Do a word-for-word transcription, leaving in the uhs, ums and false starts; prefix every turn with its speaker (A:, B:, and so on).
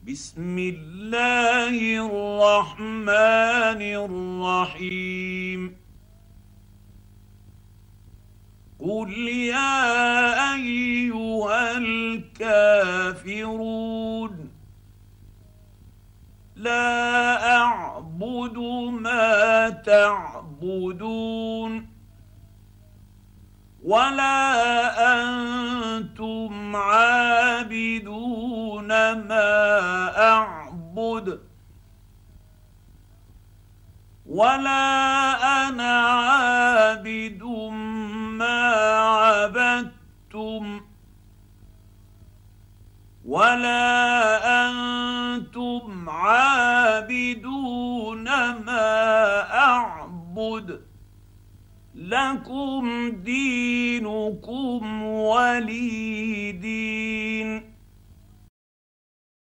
A: بسم الله الرحمن الرحيم. قل يا ايها الكافرون لا اعبد ما تعبدون ولا انتم عابدون ما اعبد ولا انا عابد ما عبدتم ولا انتم عابدون ما اعبد لكم دينكم ولي دين.